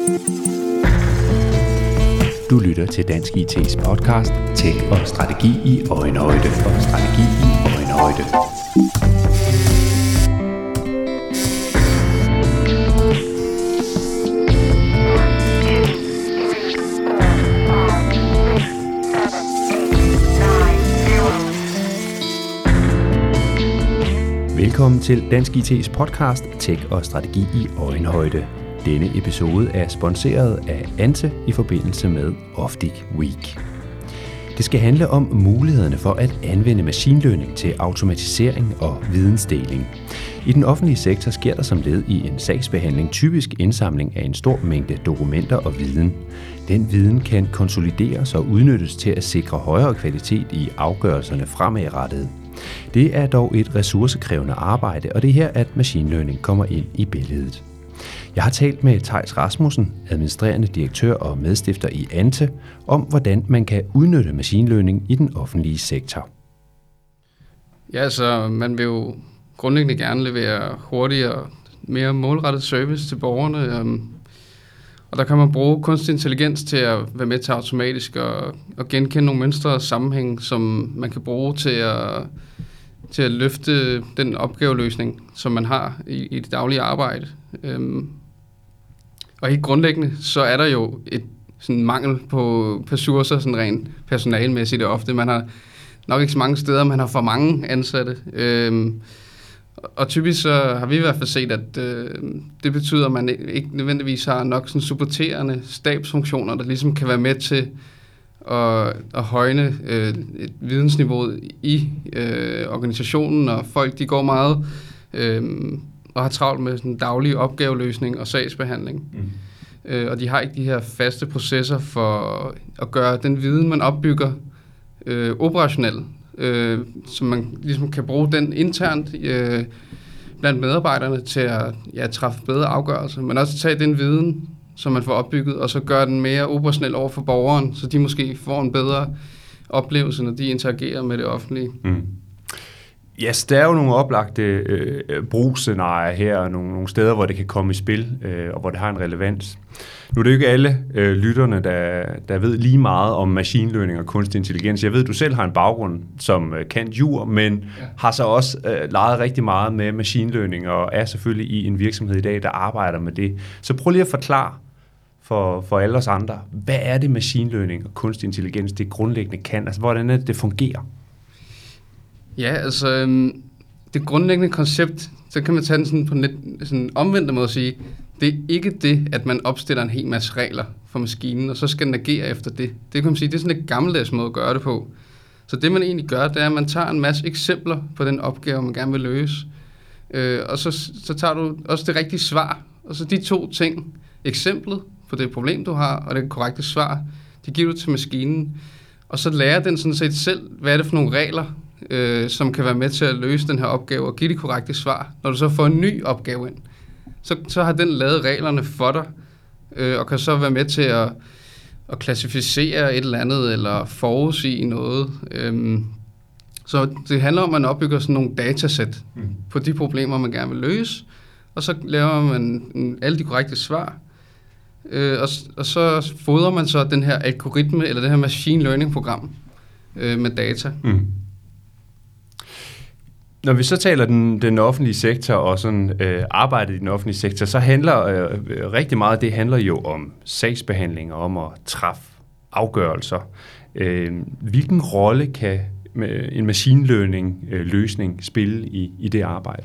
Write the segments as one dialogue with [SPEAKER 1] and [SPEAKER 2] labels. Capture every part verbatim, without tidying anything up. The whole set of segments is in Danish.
[SPEAKER 1] Du lytter til Dansk I T's podcast Tech og strategi i øjenhøjde og strategi i øjenhøjde. Velkommen til Dansk I T's podcast Tech og strategi i øjenhøjde. Denne episode er sponsoreret af Ante i forbindelse med Oftic Week. Det skal handle om mulighederne for at anvende machine learning til automatisering og vidensdeling. I den offentlige sektor sker der som led i en sagsbehandling typisk indsamling af en stor mængde dokumenter og viden. Den viden kan konsolideres og udnyttes til at sikre højere kvalitet i afgørelserne fremadrettet. Det er dog et ressourcekrævende arbejde, og det er her, at machine learning kommer ind i billedet. Jeg har talt med Theis Rasmussen, administrerende direktør og medstifter i Ante, om hvordan man kan udnytte machine learning i den offentlige sektor.
[SPEAKER 2] Ja, altså man vil jo grundlæggende gerne levere hurtigere, mere målrettet service til borgerne, um, og der kan man bruge kunstig intelligens til at være med til automatisk og, og genkende nogle mønstre og sammenhæng, som man kan bruge til at, til at løfte den opgaveløsning, som man har i, i det daglige arbejde. Um, og helt grundlæggende, så er der jo et sådan mangel på ressourcer, sådan rent personalmæssigt og ofte. Man har nok ikke så mange steder, man har for mange ansatte. Um, og typisk så har vi i hvert fald set, at øh, det betyder, at man ikke nødvendigvis har nok sådan supporterende stabsfunktioner, der ligesom kan være med til at, at højne øh, et vidensniveau i øh, organisationen, og folk de går meget øh, og har travlt med sådan daglig opgaveløsning og sagsbehandling. Mm. Øh, og de har ikke de her faste processer for at gøre den viden, man opbygger, øh, operationel. Øh, så man ligesom kan bruge den internt øh, blandt medarbejderne til at ja, træffe bedre afgørelser, men også tage den viden, som man får opbygget, og så gøre den mere operationel over for borgeren, så de måske får en bedre oplevelse, når de interagerer med det offentlige. Mm.
[SPEAKER 1] Ja, yes, der er jo nogle oplagte øh, brugsscenarier her, og nogle, nogle steder, hvor det kan komme i spil, øh, og hvor det har en relevans. Nu er det jo ikke alle øh, lytterne, der, der ved lige meget om machine learning og kunstig intelligens. Jeg ved, at du selv har en baggrund som øh, kendt jur, men ja. har så også øh, leget rigtig meget med machine learning, og er selvfølgelig i en virksomhed i dag, der arbejder med det. Så prøv lige at forklare for, for alle os andre, hvad er det machine learning og kunstig intelligens, det grundlæggende kan? Altså, hvordan er det, det fungerer?
[SPEAKER 2] Ja, altså øhm, det grundlæggende koncept, så kan man tage den sådan på net, sådan omvendt måde at sige, det er ikke det, at man opstiller en hel masse regler for maskinen, og så skal den agere efter det. Det kan man sige, det er sådan en gammeldags måde at gøre det på. Så det man egentlig gør, det er, at man tager en masse eksempler på den opgave, man gerne vil løse, øh, og så, så tager du også det rigtige svar, og så de to ting, eksemplet på det problem, du har, og det korrekte svar, det giver du til maskinen, og så lærer den sådan set selv, hvad er det for nogle regler, Øh, som kan være med til at løse den her opgave og give det korrekte svar. Når du så får en ny opgave ind, så, så har den lavet reglerne for dig, øh, og kan så være med til at, at klassificere et eller andet, eller forudsige noget. Øhm, så det handler om, at man opbygger sådan nogle datasæt mm. på de problemer, man gerne vil løse, og så laver man alle de korrekte svar, øh, og, og så fodrer man så den her algoritme, eller det her machine learning program øh, med data. Mm.
[SPEAKER 1] Når vi så taler den, den offentlige sektor og sådan, øh, arbejdet i den offentlige sektor, så handler øh, rigtig meget, det handler jo om sagsbehandling og om at træffe afgørelser. Øh, hvilken rolle kan en machine learning øh, løsning spille i, i det arbejde?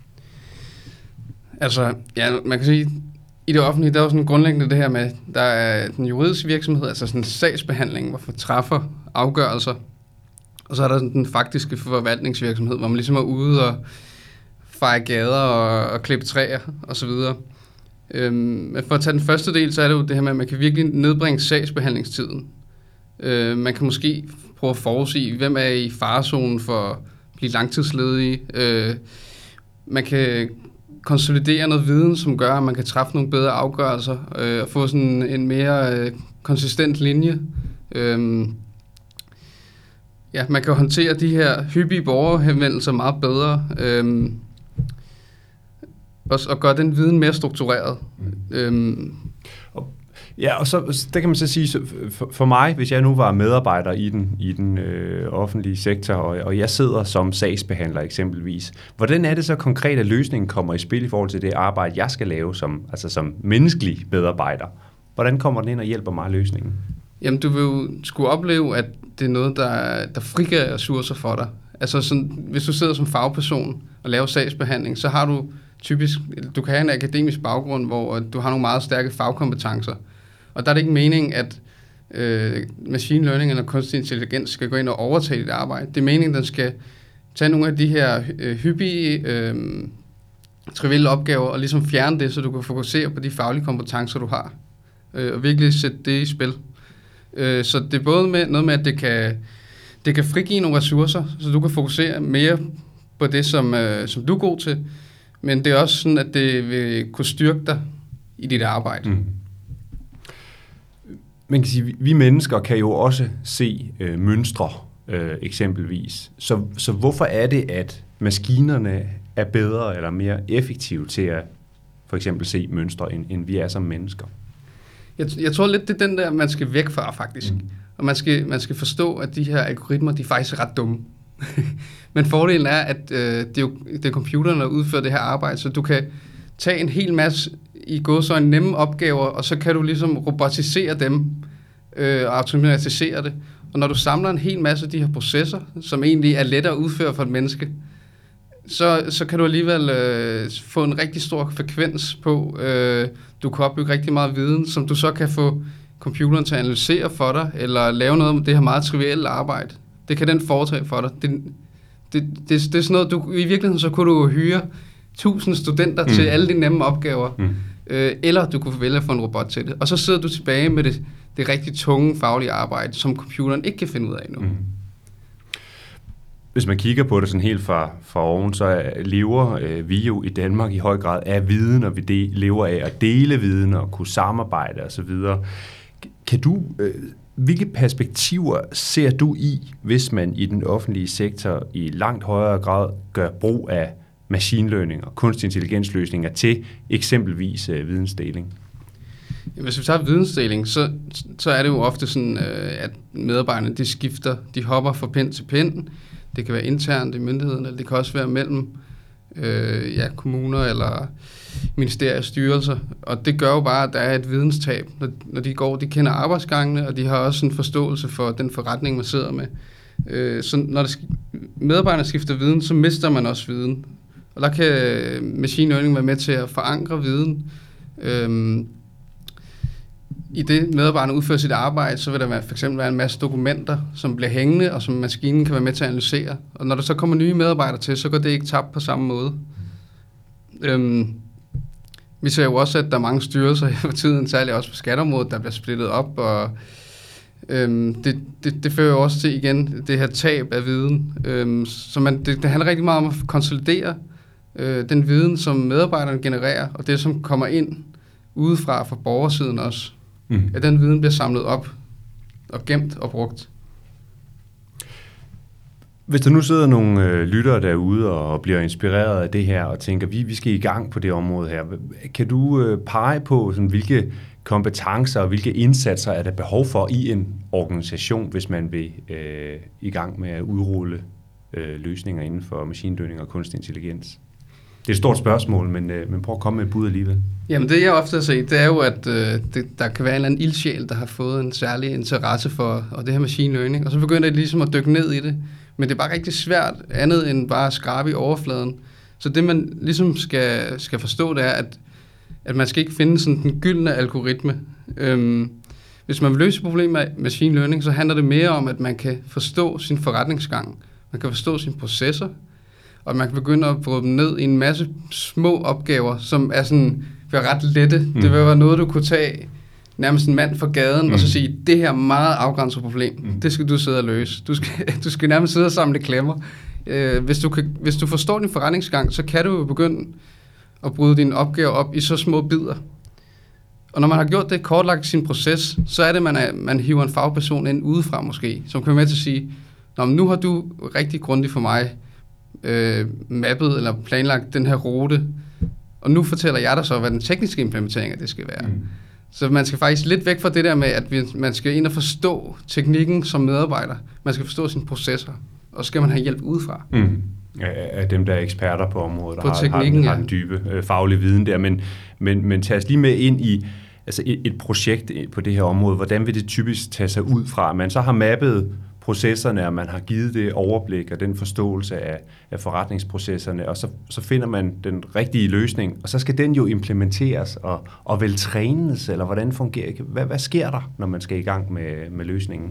[SPEAKER 2] Altså, ja, man kan sige, i det offentlige, der er jo sådan grundlæggende det her med, der er den juridiske virksomhed, altså sådan sagsbehandling, hvor man træffer afgørelser. Og så er der den faktiske forvaltningsvirksomhed, hvor man ligesom er ude og feje gader og, og klippe træer og så videre. Øhm, men for at tage den første del, så er det jo det her med, at man kan virkelig nedbringe sagsbehandlingstiden. Øh, man kan måske prøve at forudsige, hvem er i farezonen for at blive langtidsledige. Øh, man kan konsolidere noget viden, som gør, at man kan træffe nogle bedre afgørelser øh, og få sådan en mere øh, konsistent linje. Øh, Ja, man kan håndtere de her hyppige borgerhenvendelser meget bedre, øhm, og, og gøre den viden mere struktureret. Mm. Øhm.
[SPEAKER 1] Og Ja, og så det kan man så sige, for, for mig, hvis jeg nu var medarbejder i den, i den øh, offentlige sektor, og, og jeg sidder som sagsbehandler eksempelvis, hvordan er det så konkret, at løsningen kommer i spil i forhold til det arbejde, jeg skal lave som, altså som menneskelig medarbejder? Hvordan kommer den ind og hjælper mig løsningen?
[SPEAKER 2] Jamen, du vil jo skulle opleve, at det er noget, der, der frigiver ressourcer for dig. Altså, sådan, hvis du sidder som fagperson og laver sagsbehandling, så har du typisk, du kan have en akademisk baggrund, hvor du har nogle meget stærke fagkompetencer. Og der er det ikke meningen, at øh, machine learning eller kunstig intelligens skal gå ind og overtage dit arbejde. Det er meningen, at den skal tage nogle af de her øh, hyppige, øh, trivielle opgaver og ligesom fjerne det, så du kan fokusere på de faglige kompetencer, du har. Øh, og virkelig sætte det i spil. Øh, så det er både med, noget med, at det kan, det kan frigive nogle ressourcer, så du kan fokusere mere på det, som, øh, som du er god til. Men det er også sådan, at det vil kunne styrke dig i dit arbejde. Mm.
[SPEAKER 1] Man kan sige, at vi mennesker kan jo også se øh, mønstre, øh, eksempelvis. Så, så hvorfor er det, at maskinerne er bedre eller mere effektive til at for eksempel se mønstre, end, end vi er som mennesker?
[SPEAKER 2] Jeg, jeg tror lidt, det er den der, man skal væk fra, faktisk. Mm. Og man skal, man skal forstå, at de her algoritmer, de er faktisk ret dumme. Men fordelen er, at øh, det, er jo, det er computeren, der udfører det her arbejde, så du kan tage en hel masse i gåseøjne nemme opgaver, og så kan du ligesom robotisere dem øh, og automatisere det. Og når du samler en hel masse af de her processer, som egentlig er lettere at udføre for et menneske, så, så kan du alligevel øh, få en rigtig stor frekvens på. Øh, du kan opbygge rigtig meget viden, som du så kan få computeren til at analysere for dig, eller lave noget om det her meget trivielle arbejde. Det kan den foretage for dig. Det, det, det, det er sådan noget, du, i virkeligheden så kunne du hyre tusind studenter mm. til alle de nemme opgaver, mm. øh, eller du kunne vælge at få en robot til det. Og så sidder du tilbage med det, det rigtig tunge faglige arbejde, som computeren ikke kan finde ud af nu. Mm.
[SPEAKER 1] Hvis man kigger på det sådan helt fra, fra oven, så lever øh, vi jo i Danmark i høj grad af viden, og vi de, lever af at dele viden og kunne samarbejde osv. Kan du, øh, hvilke perspektiver ser du i, hvis man i den offentlige sektor i langt højere grad gør brug af machine learning og kunstig intelligensløsninger til eksempelvis øh, vidensdeling?
[SPEAKER 2] Hvis vi tager vidensdeling, så, så er det jo ofte sådan, øh, at medarbejderne de skifter, de hopper fra pind til pind. Det kan være internt i myndigheden, eller det kan også være mellem øh, ja, kommuner eller ministerier og styrelser. Og det gør jo bare, at der er et videnstab, når, når de går, de kender arbejdsgangene, og de har også en forståelse for den forretning, man sidder med. Øh, så når der, medarbejderne skifter viden, så mister man også viden. Og der kan machine learning være med til at forankre viden. Øhm, I det medarbejderne udfører sit arbejde, så vil der være, for eksempel være en masse dokumenter, som bliver hængende, og som maskinen kan være med til at analysere. Og når der så kommer nye medarbejdere til, så går det ikke tabt på samme måde. Øhm, vi ser jo også, at der er mange styrelser for tiden, særligt også på skatteområdet, der bliver splittet op, og øhm, det, det, det fører jo også til igen det her tab af viden. Øhm, så man, det, det handler rigtig meget om at konsolidere øh, den viden, som medarbejderne genererer, og det, som kommer ind udefra fra borgersiden også. Mm. At den viden bliver samlet op og gemt og brugt.
[SPEAKER 1] Hvis der nu sidder nogle øh, lyttere derude og bliver inspireret af det her og tænker, vi, vi skal i gang på det område her, kan du øh, pege på, sådan, hvilke kompetencer og hvilke indsatser er der behov for i en organisation, hvis man vil øh, i gang med at udrulle øh, løsninger inden for machine learning og kunstig intelligens? Det er et stort spørgsmål, men, øh, men prøv at komme med et bud alligevel.
[SPEAKER 2] Jamen det jeg ofte har set, det er jo, at øh, det, der kan være en eller anden ildsjæl, der har fået en særlig interesse for og det her machine learning, og så begynder det ligesom at dykke ned i det. Men det er bare rigtig svært andet end bare at skrabe i overfladen. Så det man ligesom skal, skal forstå, det er, at, at man skal ikke finde sådan den gyldne algoritme. Øhm, hvis man vil løse problemer med machine learning, så handler det mere om, at man kan forstå sin forretningsgang. Man kan forstå sine processer, og man kan begynde at bryde dem ned i en masse små opgaver, som er sådan, bliver ret lette. Mm. Det vil være noget, du kunne tage nærmest en mand fra gaden, mm. og så sige, det her meget afgrænset problem, mm. det skal du sidde og løse. Du skal, du skal nærmest sidde og samle klemmer. Øh, hvis, du kan, hvis du forstår din forretningsgang, så kan du jo begynde at bryde dine opgaver op i så små bidder. Og når man har gjort det, kortlagt sin proces, så er det, man, er, man hiver en fagperson ind udefra måske, som kan være med til at sige, nå, men nu har du rigtig grundigt for mig øh, mappet eller planlagt den her rute, og nu fortæller jeg dig så, hvad den tekniske implementering af det skal være. Mm. Så man skal faktisk lidt væk fra det der med, at vi, man skal ind og forstå teknikken som medarbejder. Man skal forstå sine processer, og så skal man have hjælp udefra.
[SPEAKER 1] Mm. Af dem, der er eksperter på området, der
[SPEAKER 2] på
[SPEAKER 1] har, har, den, har den dybe øh, faglige viden der. Men, men, men tag os lige med ind i altså et, et projekt på det her område. Hvordan vil det typisk tage sig ud fra, at man så har mappet processerne, og man har givet det overblik og den forståelse af, af forretningsprocesserne, og så, så finder man den rigtige løsning, og så skal den jo implementeres og, og vel trænes, eller hvordan fungerer det? Hvad, hvad sker der, når man skal i gang med, med løsningen?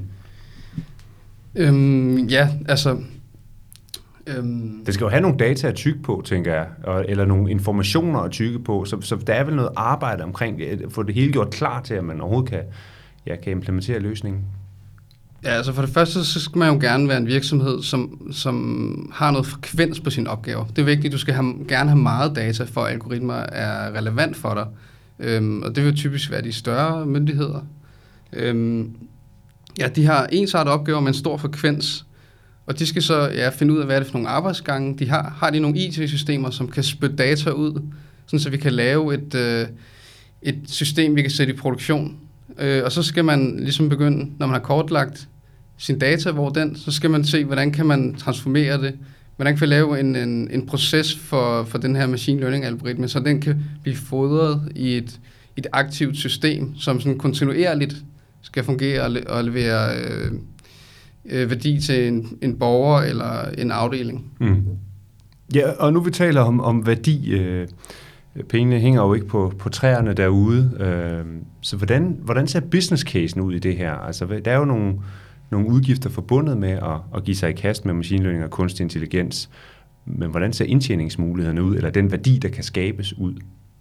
[SPEAKER 2] Øhm, ja, altså... Øhm,
[SPEAKER 1] det skal jo have nogle data at tygge på, tænker jeg, og, eller nogle informationer at tygge på, så, så der er vel noget arbejde omkring at få det hele gjort klar til, at man overhovedet kan, ja, kan implementere løsningen.
[SPEAKER 2] Ja, altså for det første, så skal man jo gerne være en virksomhed, som, som har noget frekvens på sine opgaver. Det er vigtigt, du skal have, gerne have meget data, for at algoritmer er relevant for dig. Øhm, og det vil typisk være de større myndigheder. Øhm, ja, de har ensartede opgaver med en stor frekvens, og de skal så ja, finde ud af, hvad er det for nogle arbejdsgange de har. Har de nogle I T-systemer, som kan spytte data ud, sådan så vi kan lave et, øh, et system, vi kan sætte i produktion. Øh, og så skal man ligesom begynde, når man har kortlagt sin data, hvor den, så skal man se, hvordan kan man transformere det, hvordan kan vi lave en, en, en proces for, for den her machine learning algoritme, så den kan blive fodret i et, et aktivt system, som sådan kontinuerligt skal fungere og, og levere øh, øh, værdi til en, en borger eller en afdeling. Mm.
[SPEAKER 1] Ja, og nu vi taler om, om værdi, øh, pengene hænger jo ikke på, på træerne derude, øh, så hvordan, hvordan ser business casen ud i det her? Altså, der er jo nogle, nogle udgifter forbundet med at, at give sig i kast med machine learning og kunstig intelligens, men hvordan ser indtjeningsmulighederne ud, eller den værdi, der kan skabes ud?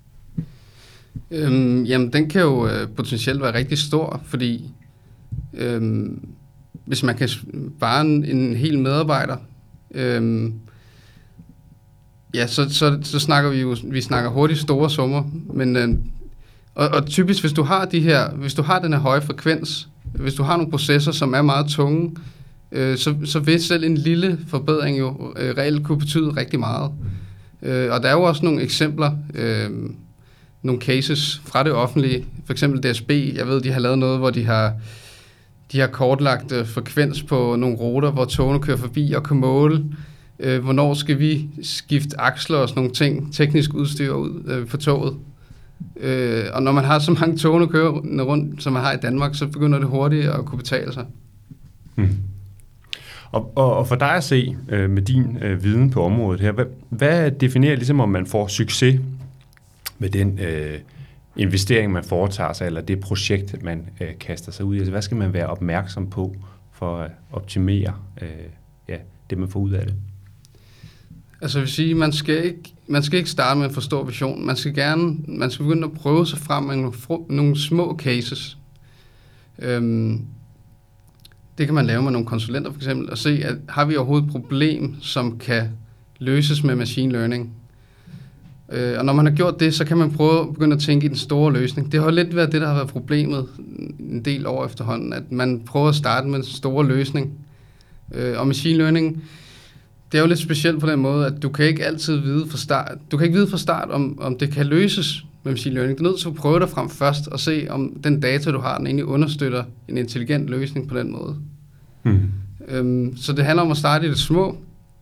[SPEAKER 2] Øhm, jamen, den kan jo øh, potentielt være rigtig stor, fordi øh, hvis man kan spare en, en hel medarbejder, øh, ja, så, så, så snakker vi jo, vi snakker hurtigt store summer, men øh, og, og typisk, hvis du har de her, hvis du har den her høje frekvens, hvis du har nogle processer, som er meget tunge, øh, så, så vil selv en lille forbedring jo øh, reelt kunne betyde rigtig meget. Øh, og der er jo også nogle eksempler, øh, nogle cases fra det offentlige, for eksempel D S B, jeg ved, de har lavet noget, hvor de har, de har kortlagt øh, frekvens på nogle ruter, hvor togene kører forbi og kan måle, øh, hvornår skal vi skifte aksler og sådan nogle ting, teknisk udstyr ud øh, på toget. Øh, og når man har så mange togene kørende rundt, som man har i Danmark, så begynder det hurtigt at kunne betale sig.
[SPEAKER 1] Hmm. Og, og, og for dig at se øh, med din øh, viden på området her, hvad, hvad definerer ligesom, om man får succes med den øh, investering, man foretager sig, eller det projekt, man øh, kaster sig ud i? Altså, hvad skal man være opmærksom på for at optimere øh, ja, det, man får ud af det?
[SPEAKER 2] Altså, jeg vil sige, man skal ikke, man skal ikke starte med en for stor vision. Man skal gerne, man skal begynde at prøve sig frem med nogle, nogle små cases. Øhm, det kan man lave med nogle konsulenter, for eksempel, og se, at har vi overhovedet et problem, som kan løses med machine learning. Øh, og når man har gjort det, så kan man prøve at begynde at tænke i den store løsning. Det har lidt været det, der har været problemet en del år efterhånden, at man prøver at starte med en stor løsning. Øh, og machine learning, det er jo lidt specielt på den måde, at du kan ikke altid vide fra start, du kan ikke vide fra start, om, om det kan løses med machine learning. Du er nødt til at prøve dig frem først og se, om den data, du har, den egentlig understøtter en intelligent løsning på den måde. Mm. Øhm, så det handler om at starte i det små,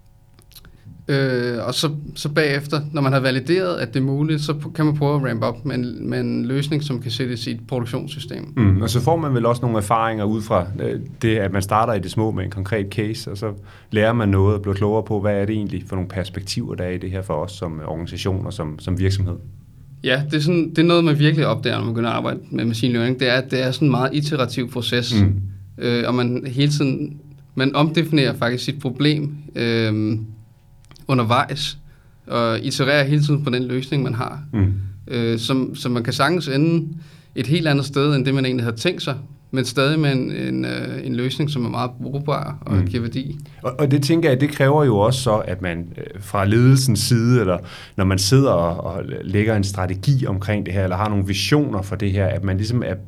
[SPEAKER 2] øh, og så, så bagefter, når man har valideret, at det er muligt, så kan man prøve at ramp op med en, med en løsning, som kan sættes i et produktionssystem.
[SPEAKER 1] Mm. Og så får man vel også nogle erfaringer ud fra det, at man starter i det små med en konkret case, og så lærer man noget og bliver klogere på, hvad er det egentlig for nogle perspektiver, der er i det her for os som organisation og som, som virksomhed.
[SPEAKER 2] Ja, det er, sådan, det er noget, man virkelig opdager, når man begynder at arbejde med machine learning. Det er, at det er sådan en meget iterativ proces, mm. øh, og man hele tiden man omdefinerer faktisk sit problem øh, undervejs, og itererer hele tiden på den løsning, man har. Mm. Øh, som, som man kan sagtens ende et helt andet sted, end det, man egentlig havde tænkt sig, men stadig med en, en, en løsning, som er meget brugbar og mm. giver værdi.
[SPEAKER 1] Og, og det tænker jeg, det kræver jo også så, at man fra ledelsens side, eller når man sidder og, og lægger en strategi omkring det her, eller har nogle visioner for det her, at man ligesom er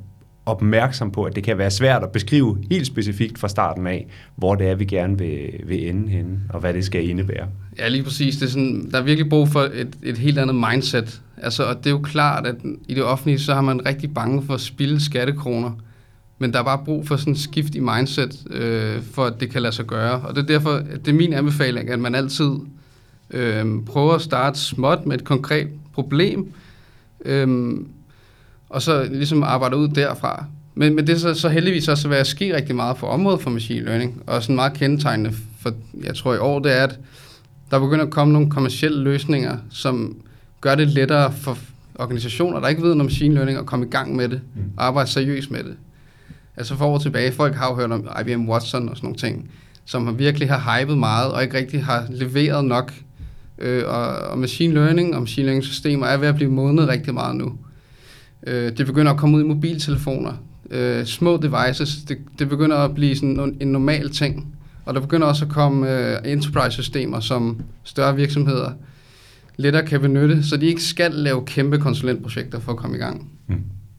[SPEAKER 1] opmærksom på, at det kan være svært at beskrive helt specifikt fra starten af, hvor det er, vi gerne vil, vil ende henne, og hvad det skal indebære.
[SPEAKER 2] Ja, lige præcis. Det er sådan, der er virkelig brug for et, et helt andet mindset. Altså, og det er jo klart, at i det offentlige, så har man rigtig bange for at spilde skattekroner. Men der er bare brug for sådan et skift i mindset, øh, for at det kan lade sig gøre. Og det er derfor, at det er min anbefaling, at man altid øh, prøver at starte småt med et konkret problem, øh, og så ligesom arbejde ud derfra. Men, men det er så, så heldigvis også ved at ske rigtig meget på området for machine learning, og sådan meget kendetegnende for, jeg tror i år, det er, at der begynder at komme nogle kommercielle løsninger, som gør det lettere for organisationer, der ikke ved noget om machine learning, at komme i gang med det, og arbejde seriøst med det. Altså for år tilbage, folk har jo hørt om I B M Watson og sådan nogle ting, som virkelig har hypet meget, og ikke rigtig har leveret nok. Øh, og, og machine learning og machine learning systemer er ved at blive modnet rigtig meget nu. Øh, det begynder at komme ud i mobiltelefoner. Øh, små devices, det, det begynder at blive sådan en normal ting. Og der begynder også at komme øh, enterprise-systemer, som større virksomheder lettere kan benytte, så de ikke skal lave kæmpe konsulentprojekter for at komme i gang. Mm.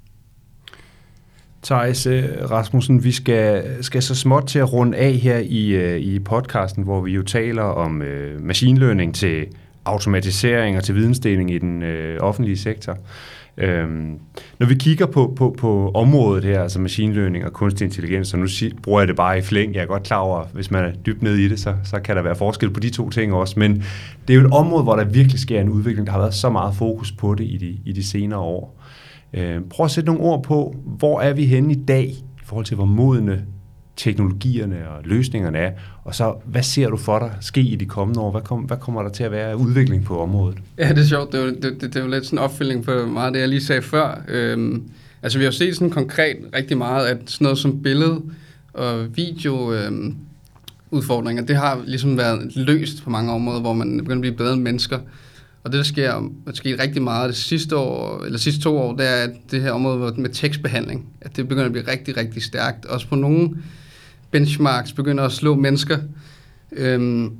[SPEAKER 1] Theis Rasmussen, vi skal, skal så småt til at runde af her i, i podcasten, hvor vi jo taler om øh, machine learning til automatisering og til vidensdeling i den øh, offentlige sektor. Øhm, når vi kigger på, på, på området her, altså machine learning og kunstig intelligens, så nu sig, bruger jeg det bare i flæng. Jeg er godt klar over, hvis man er dybt nede i det, så, så kan der være forskel på de to ting også. Men det er jo et område, hvor der virkelig sker en udvikling. Der har været så meget fokus på det i de, i de senere år. Øh, prøv at sætte nogle ord på, hvor er vi henne i dag, i forhold til hvor modne teknologierne og løsningerne er, og så hvad ser du for dig ske i de kommende år? Hvad, kom, hvad kommer der til at være udvikling på området?
[SPEAKER 2] Ja, det er sjovt. Det er jo, det, det, det er jo lidt sådan en opfølging på meget af det, jeg lige sagde før. Øhm, altså vi har jo set sådan konkret rigtig meget, at sådan noget som billede og video øhm, udfordringer, det har ligesom været løst på mange områder, hvor man begynder at blive bedre end mennesker. Og det, der sker, der sker rigtig meget det sidste år, eller sidste to år, det er, at det her område med tekstbehandling, at det begynder at blive rigtig, rigtig stærkt. Også på nogle benchmarks begynder at slå mennesker. Øhm,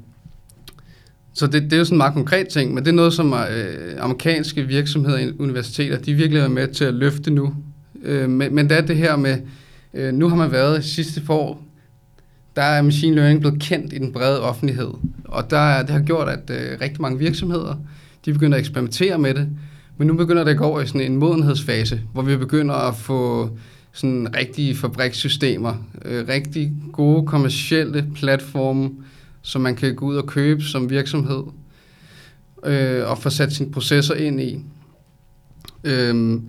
[SPEAKER 2] så det, det er jo sådan en meget konkret ting, men det er noget, som øh, amerikanske virksomheder og universiteter, de virkelig er med til at løfte nu. Øh, men, men det er det her med, øh, nu har man været sidste år, der er machine learning blevet kendt i den brede offentlighed, og der, det har gjort, at øh, rigtig mange virksomheder, de begynder at eksperimentere med det, men nu begynder det at gå over i sådan en modenhedsfase, hvor vi begynder at få sådan rigtige fabrikssystemer, øh, rigtig gode kommercielle platforme, som man kan gå ud og købe som virksomhed, øh, og få sat sine processer ind i. Øh,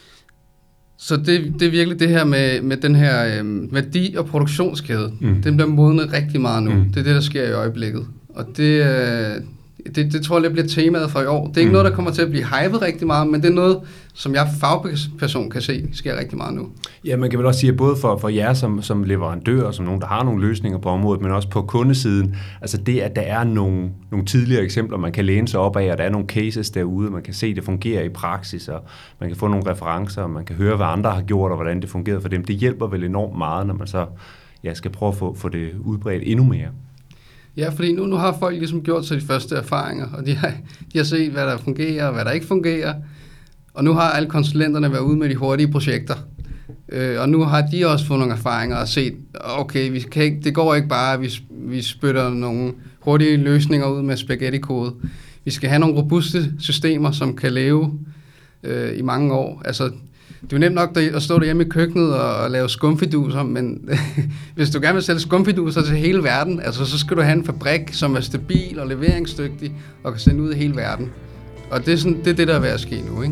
[SPEAKER 2] Så det, det er virkelig det her med, med den her øh, værdi- og produktionskæde. Mm. Den bliver modnet rigtig meget nu. Mm. Det er det, der sker i øjeblikket. Og det, øh, det, det tror jeg, det bliver temaet for i år. Det er ikke mm. noget, der kommer til at blive hypet rigtig meget, men det er noget, som jeg fagperson kan se, sker rigtig meget nu.
[SPEAKER 1] Ja, man kan vel også sige, at både for, for jer som, som leverandør, og som nogen, der har nogle løsninger på området, men også på kundesiden, altså det, at der er nogle, nogle tidligere eksempler, man kan læne sig op af, og der er nogle cases derude, man kan se, at det fungerer i praksis, og man kan få nogle referencer, og man kan høre, hvad andre har gjort, og hvordan det fungerede for dem. Det hjælper vel enormt meget, når man så ja, skal prøve at få, få det udbredt endnu mere.
[SPEAKER 2] Ja, fordi nu, nu har folk ligesom gjort sig de første erfaringer, og de har, de har set, hvad der fungerer og hvad der ikke fungerer. Og nu har alle konsulenterne været ude med de hurtige projekter. Øh, og nu har de også fået nogle erfaringer og set, okay, vi kan ikke, det går ikke bare, at vi, vi spytter nogle hurtige løsninger ud med spaghetti-kode. Vi skal have nogle robuste systemer, som kan leve øh, i mange år. Altså, det er jo nemt nok at stå derhjemme i køkkenet og, og lave skumfiduser, men hvis du gerne vil sælge skumfiduser til hele verden, altså, så skal du have en fabrik, som er stabil og leveringsdygtig og kan sende ud i hele verden. Og det er, sådan, det, er det, der er ved at ske nu, ikke?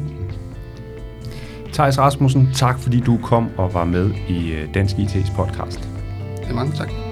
[SPEAKER 1] Theis Rasmussen, tak fordi du kom og var med i Dansk I T's podcast.
[SPEAKER 2] Ja, mange tak.